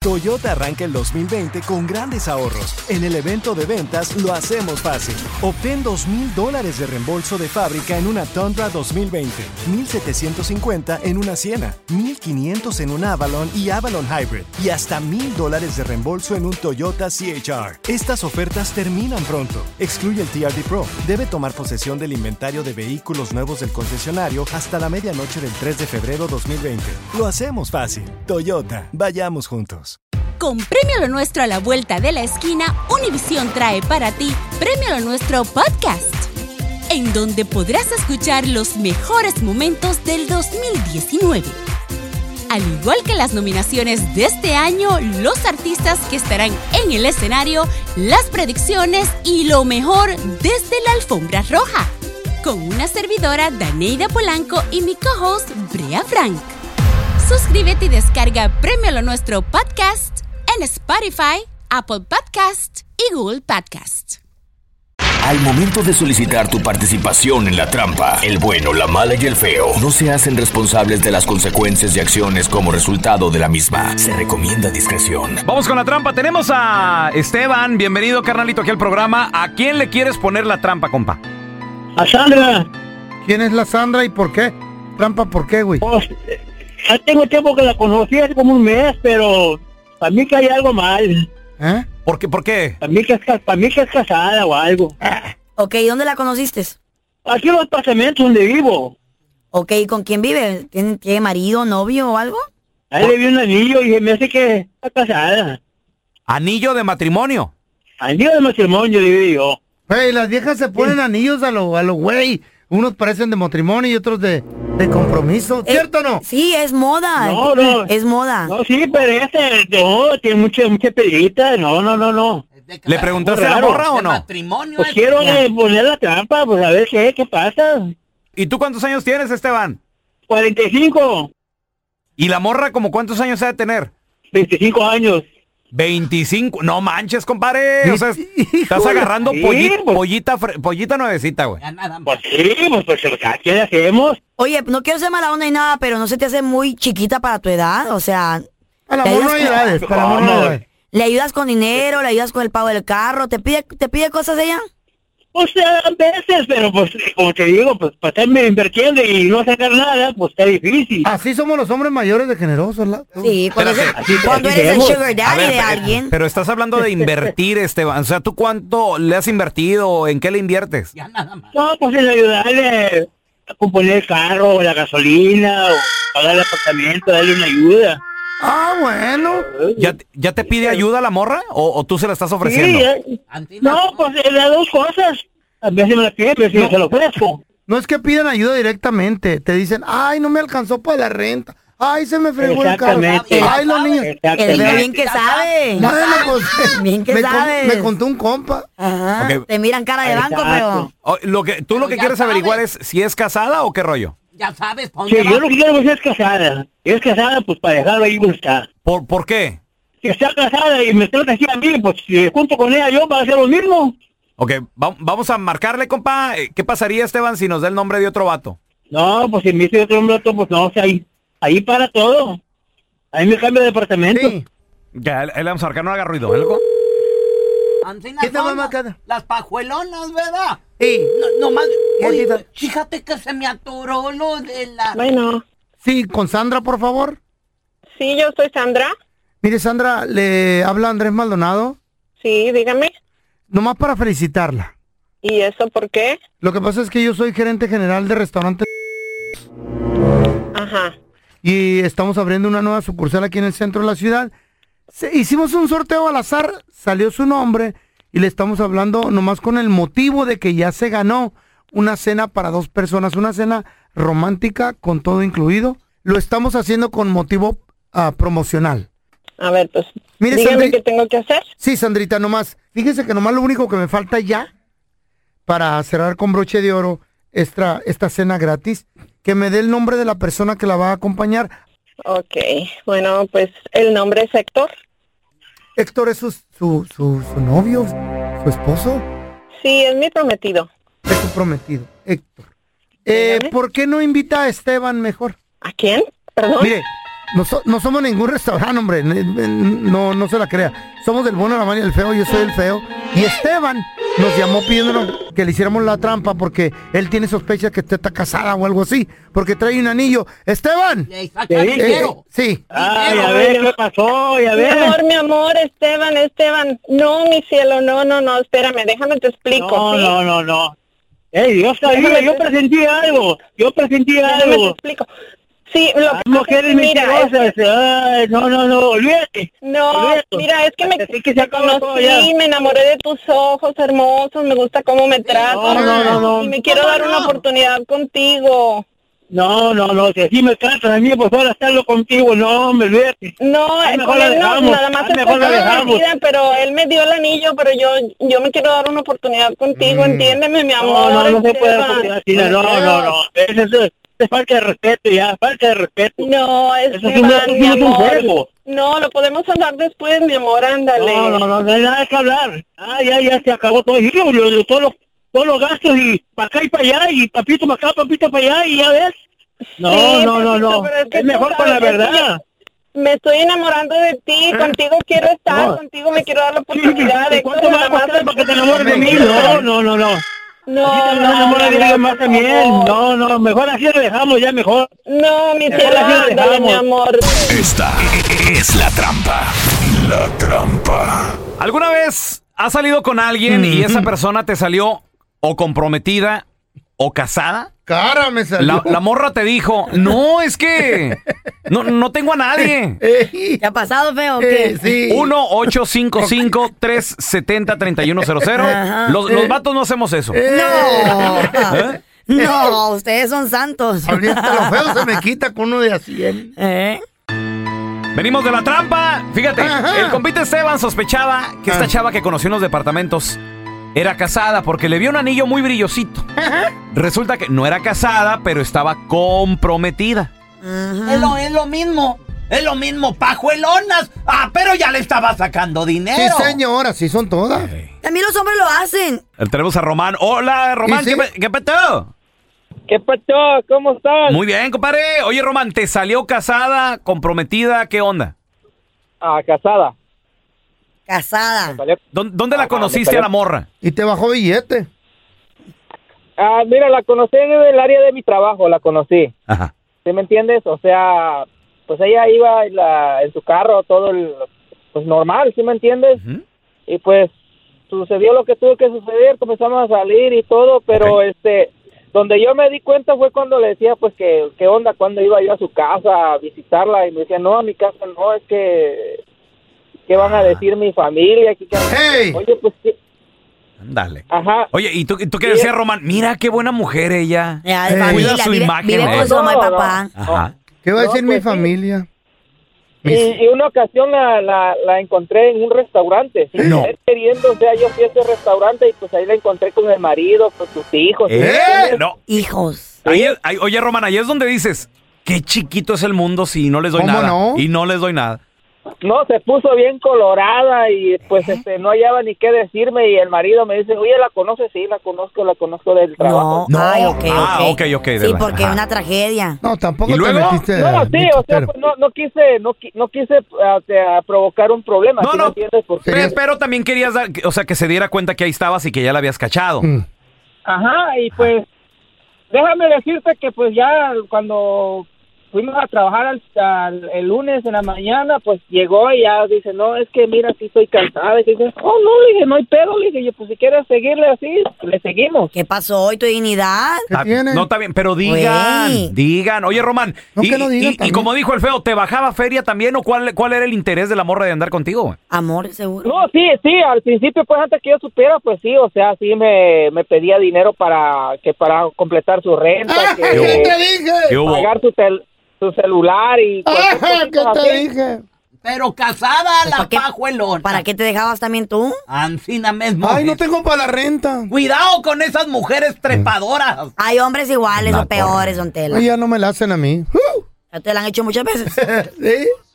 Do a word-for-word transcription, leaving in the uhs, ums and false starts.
Toyota arranca el dos mil veinte con grandes ahorros. En el evento de ventas lo hacemos fácil. Obtén dos mil dólares de reembolso de fábrica en una Tundra dos mil veinte, mil setecientos cincuenta en una Siena, mil quinientos en un Avalon y Avalon Hybrid y hasta mil dólares de reembolso en un Toyota C H R. Estas ofertas terminan pronto. Excluye el T R D Pro. Debe tomar posesión del inventario de vehículos nuevos del concesionario hasta la medianoche del tres de febrero dos mil veinte. Lo hacemos fácil. Toyota. Vayamos juntos. Con Premio Lo Nuestro a la vuelta de la esquina, Univisión trae para ti Premio Lo Nuestro Podcast, en donde podrás escuchar los mejores momentos del dos mil diecinueve. Al igual que las nominaciones de este año, los artistas que estarán en el escenario, las predicciones y lo mejor desde la alfombra roja. Con una servidora, Daneida Polanco, y mi co-host, Brea Frank. Suscríbete y descarga Premio Lo Nuestro Podcast en Spotify, Apple Podcast y Google Podcast. Al momento de solicitar tu participación en la trampa, el bueno, la mala y el feo no se hacen responsables de las consecuencias y acciones como resultado de la misma. Se recomienda discreción. Vamos con la trampa. Tenemos a Esteban. Bienvenido, carnalito, aquí al programa. ¿A quién le quieres poner la trampa, compa? A Sandra. ¿Quién es la Sandra y por qué? ¿Trampa por qué, güey? Pues, ya tengo tiempo que la conocí, hace como un mes, pero para mí que hay algo mal. ¿Eh? ¿Por qué? ¿Por qué? Para mí que es, para mí que es casada o algo. Ok, ¿dónde la conociste? Aquí en los apartamentos donde vivo. Ok, ¿con quién vive? ¿Tiene, ¿tiene marido, novio o algo? Ahí le vi un anillo y me hace que está casada. ¿Anillo de matrimonio? Anillo de matrimonio, le digo yo. Güey, las viejas se ponen anillos a lo, a lo güey. Unos parecen de matrimonio y otros de, de compromiso. ¿Cierto o no? Sí, es moda. No, no. Es moda. No, sí, pero este, no, tiene mucha, mucha pelita. No, no, no, no. ¿Le preguntaste a la morra o no? Pues quiero eh, poner la trampa, pues a ver qué, qué pasa. ¿Y tú cuántos años tienes, Esteban? cuarenta y cinco. ¿Y la morra como cuántos años ha de tener? veinticinco años. veinticinco. No manches, compadre. O sea, estás agarrando Sí, pollita, pues. pollita, fre- pollita nuevecita, güey. Pues sí, pues, pues ¿qué le hacemos? Oye, no quiero ser mala onda ni nada, pero ¿no se te hace muy chiquita para tu edad? O sea, Al ¿le amor no ayudas hay con- edades. Para el amor no hay edades. ¿le ayudas con dinero? ¿Le ayudas con el pago del carro? ¿Te pide, te pide cosas ella? O sea, a veces, pero pues, como te digo, pues para estarme invirtiendo y no sacar nada, pues está difícil. Así somos los hombres mayores de generosos. ¿la? Sí, cuando, Espérate, es- así- cuando así eres el queremos. sugar A daddy ver, de pe- alguien. pero estás hablando de invertir, Esteban. O sea, ¿tú cuánto le has invertido? ¿En qué le inviertes? No, pues en ayudarle a componer el carro, la gasolina, o pagar el apartamento, darle una ayuda. Ah, bueno. ¿Ya, ya te pide ayuda la morra o, o tú se la estás ofreciendo? Sí, eh. No, pues eh, las dos cosas. A veces me la pide, pero si se lo ofrezco. No es que pidan ayuda directamente. Te dicen, ay, no me alcanzó para la renta. Ay, se me fregó el carro. Exactamente. Ay, los niños. El niño Exactamente. bien que sabe. Bueno, pues, Bien que me, con- sabes. me contó un compa. Ajá. Ok. Te miran cara de banco, Exacto. O- lo que, ¿Tú lo que quieres averiguar es si es casada o qué rollo? Ya sabes, ¿pa' Sí, dónde yo va? lo que quiero es ser casada. Si es casada, pues para dejarlo ahí como está. ¿Por, ¿por qué? Si está casada y me trata así a mí, pues si junto con ella yo para hacer lo mismo. Ok, va- vamos a marcarle, compa. Eh, ¿Qué pasaría, Esteban, si nos da el nombre de otro vato? No, pues si me dice otro hombre, pues no, o sea, ahí, ahí para todo. Ahí me cambio de departamento. Sí. Ya, él, él vamos a marcar, no haga ruido. ¿Algo? Ancinas ¿Qué te son va a las- marcar? Las pajuelonas, ¿verdad? Sí. No, nomás, ¿Qué oye, dices? fíjate que se me atoró lo de la... Bueno, Sí, con Sandra, por favor. sí, yo soy Sandra. Mire, Sandra, le habla Andrés Maldonado. Sí, dígame. Nomás para felicitarla. ¿Y eso por qué? Lo que pasa es que yo soy gerente general de restaurante Ajá. y estamos abriendo una nueva sucursal aquí en el centro de la ciudad. Se- hicimos un sorteo al azar, salió su nombre y le estamos hablando nomás con el motivo de que ya se ganó una cena para dos personas, una cena romántica con todo incluido. Lo estamos haciendo con motivo ah, promocional. A ver, pues, Mire, dígame Sandri- qué tengo que hacer. Sí, Sandrita, nomás. Fíjese que nomás lo único que me falta ya para cerrar con broche de oro esta, esta cena gratis, que me dé el nombre de la persona que la va a acompañar. Ok, bueno, pues el nombre es Héctor. Héctor es su, su, su, su novio, su esposo, Sí, es mi prometido. es su prometido, Héctor. Eh, Dígame. ¿Por qué no invita a Esteban mejor? ¿A quién? Perdón. Mire, No, so- no somos ningún restaurante, hombre. No, no se la crea. Somos del bueno, la mala y el feo. Yo soy el feo. Y Esteban nos llamó pidiéndonos que le hiciéramos la trampa porque él tiene sospechas que usted está casada o algo así. Porque trae un anillo. ¡Esteban! Le saca dinero. Sí. Ay, a ver, ¿qué pasó? Ya Mi ver. amor, mi amor, Esteban, Esteban. No, mi cielo, no, no, no, espérame, déjame te explico, No, ¿sí? no, no, no. Ey, yo sabía, Déjame yo te- presentí algo. Yo presentí Déjame te algo. explico. Sí, lo Las que pasa es mujeres que, mira, mentirosas. Ay, no, no, no, olvídate. no, olvídate. mira, es que me, Así que se te acabó todo ya. conocí, me enamoré de tus ojos hermosos, me gusta cómo me tratas. no, no, no, no. Y me quiero ¿Cómo dar una no? oportunidad contigo. No, no, no, si así me tratan a mí, por favor, hacerlo contigo. No, me olvídate. No, Ay, mejor con la él no, dejamos. nada más Ay, estoy mejor la dejamos. comprometida, pero él me dio el anillo, pero yo yo me quiero dar una oportunidad contigo, entiéndeme, mi amor. No, no, no se puede Esteban. porque así, no, no, no. Eso es, es falta de respeto ya, falta de respeto. No, Eso es un- Esteban, eso mi es un amor. juego. No, lo podemos hablar después, mi amor, ándale. No, no, no, no hay nada que hablar. Ah, ya, ya se acabó todo. Y yo, yo, yo, todos, los, todos los gastos y para acá y para allá, y papito para acá, papito para allá, y ya ves. No, Sí, no, no, papito, no. pero es que Es tú mejor con la sabes que verdad. Me estoy enamorando de ti, contigo quiero estar, No. contigo me quiero dar la Sí, oportunidad. ¿y cuánto me va a costar para que te enamores de mí? No, no, no, no. No, Así te no, enamoras de no, alguien más por también. favor. No, no, mejor así lo dejamos ya, mejor. No, mi Mejor cielo, así lo ándale, mi dejamos. amor. Esta es la trampa. La trampa. ¿Alguna vez has salido con alguien y esa persona te salió o comprometida o casada? Cara, me salió. La, la morra te dijo, no, es que no, no tengo a nadie. Ey, ¿Te ha pasado, feo, o qué? eh, sí. uno ocho cinco cinco, tres siete cero, tres uno cero cero. Ajá. Los, los vatos no hacemos eso. No. ¿Eh? No, ustedes son santos. Ahorita lo feo se me quita con uno de a cien. ¿Eh? Venimos de la trampa. Fíjate, Ajá. el compite Esteban sospechaba que esta Ah. chava que conoció en los departamentos era casada porque le vio un anillo muy brillosito. Resulta que no era casada, pero estaba comprometida. Es lo, es lo mismo. Es lo mismo, pajuelonas. Ah, pero ya le estaba sacando dinero. Sí, señora, sí son todas. También los hombres lo hacen. Tenemos a Román. Hola, Román, ¿Y sí? ¿qué, pe- qué peteo? ¿Qué pasó? ¿Cómo estás? Muy bien, compadre. Oye, Román, ¿te salió casada, comprometida? ¿Qué onda? Ah, casada. Casada. ¿Dó- ¿Dónde la Ajá, conociste me a la morra? Y te bajó billete. Ah, mira, la conocí en el área de mi trabajo, la conocí. Ajá. ¿Sí me entiendes? O sea, pues ella iba en, la, en su carro, todo el, pues normal, ¿sí me entiendes? Ujú. Y pues sucedió lo que tuvo que suceder, comenzamos a salir y todo, pero Ok. este, donde yo me di cuenta fue cuando le decía, pues, que, qué onda, cuando iba yo a su casa a visitarla, y me decía, no, a mi casa no, es que, ¿qué van a decir mi familia? ¿Qué- qué- ¡Hey! Oye, pues, ¿qué? Dale. Ajá. Oye, ¿y tú, y tú qué Sí. decías, Román? Mira qué buena mujer ella. Ya, de Eh, familia, cuida su vive, imagen, vive eh. con su mamá y No, no. papá. Ajá. ¿Qué va a No, decir pues mi sí. familia? Y, Mis- y una ocasión la, la, la encontré en un restaurante. ¿sí? No. Él queriendo, o sea, yo fui a ese restaurante y pues ahí la encontré con el marido, con sus hijos. ¿sí? ¿Eh? No. Hijos. Ahí es- ahí- oye, Román, ahí es donde dices, qué chiquito es el mundo si no les doy ¿Cómo nada. no? Y no les doy nada. No, se puso bien colorada y pues este no hallaba ni qué decirme y el marido me dice, oye, ¿la conoces? Sí, la conozco, la conozco del trabajo. No. Ay, ok, Ah, ok. ok, ok, de Sí, la- porque ajá. es una tragedia. No, tampoco ¿Y te luego? metiste. No, sí, mucho, o sea, pero- pues no, no quise, no, qui- no quise ah, te- ah, provocar un problema, No, ¿sí no. me entiendes? Porque, Pero, pero también querías dar, o sea, que se diera cuenta que ahí estabas y que ya la habías cachado. Mm. ajá, y pues, déjame decirte que pues ya cuando fuimos a trabajar al, al- el lunes en la mañana, pues llegó y ya dice, no, es que mira, sí estoy cansada. Y dice, oh, no, le dije, no hay pedo, le dije, yo, pues si quieres seguirle así, le seguimos. ¿Qué pasó hoy, tu dignidad? ¿Qué Ah, tiene? No, está bien, pero digan, Güey. digan. Oye, Román, No, y, que no digan y- y también. como dijo el feo, ¿te bajaba feria también o cuál, cuál era el interés de la morra de andar contigo? güey? Amor, seguro. No, sí, sí, al principio, pues antes que yo supiera, pues sí, o sea, sí me, me pedía dinero para que para completar su renta, ¡Ah, que ¿qué te dije? ¿Qué hubo? pagar su, tel- su celular y cualquier ¡Ah, cosita qué te así. dije! Pero casada Pues, la ¿para qué- pajuelona. ¿Para qué te dejabas también tú? Ancina mismo. Ay, no tengo para la renta. Cuidado con esas mujeres trepadoras. Hay hombres iguales La o peores, don Tela. Ay, ya no me la hacen a mí. Uh, Ya te la han hecho muchas veces. ¿Sí?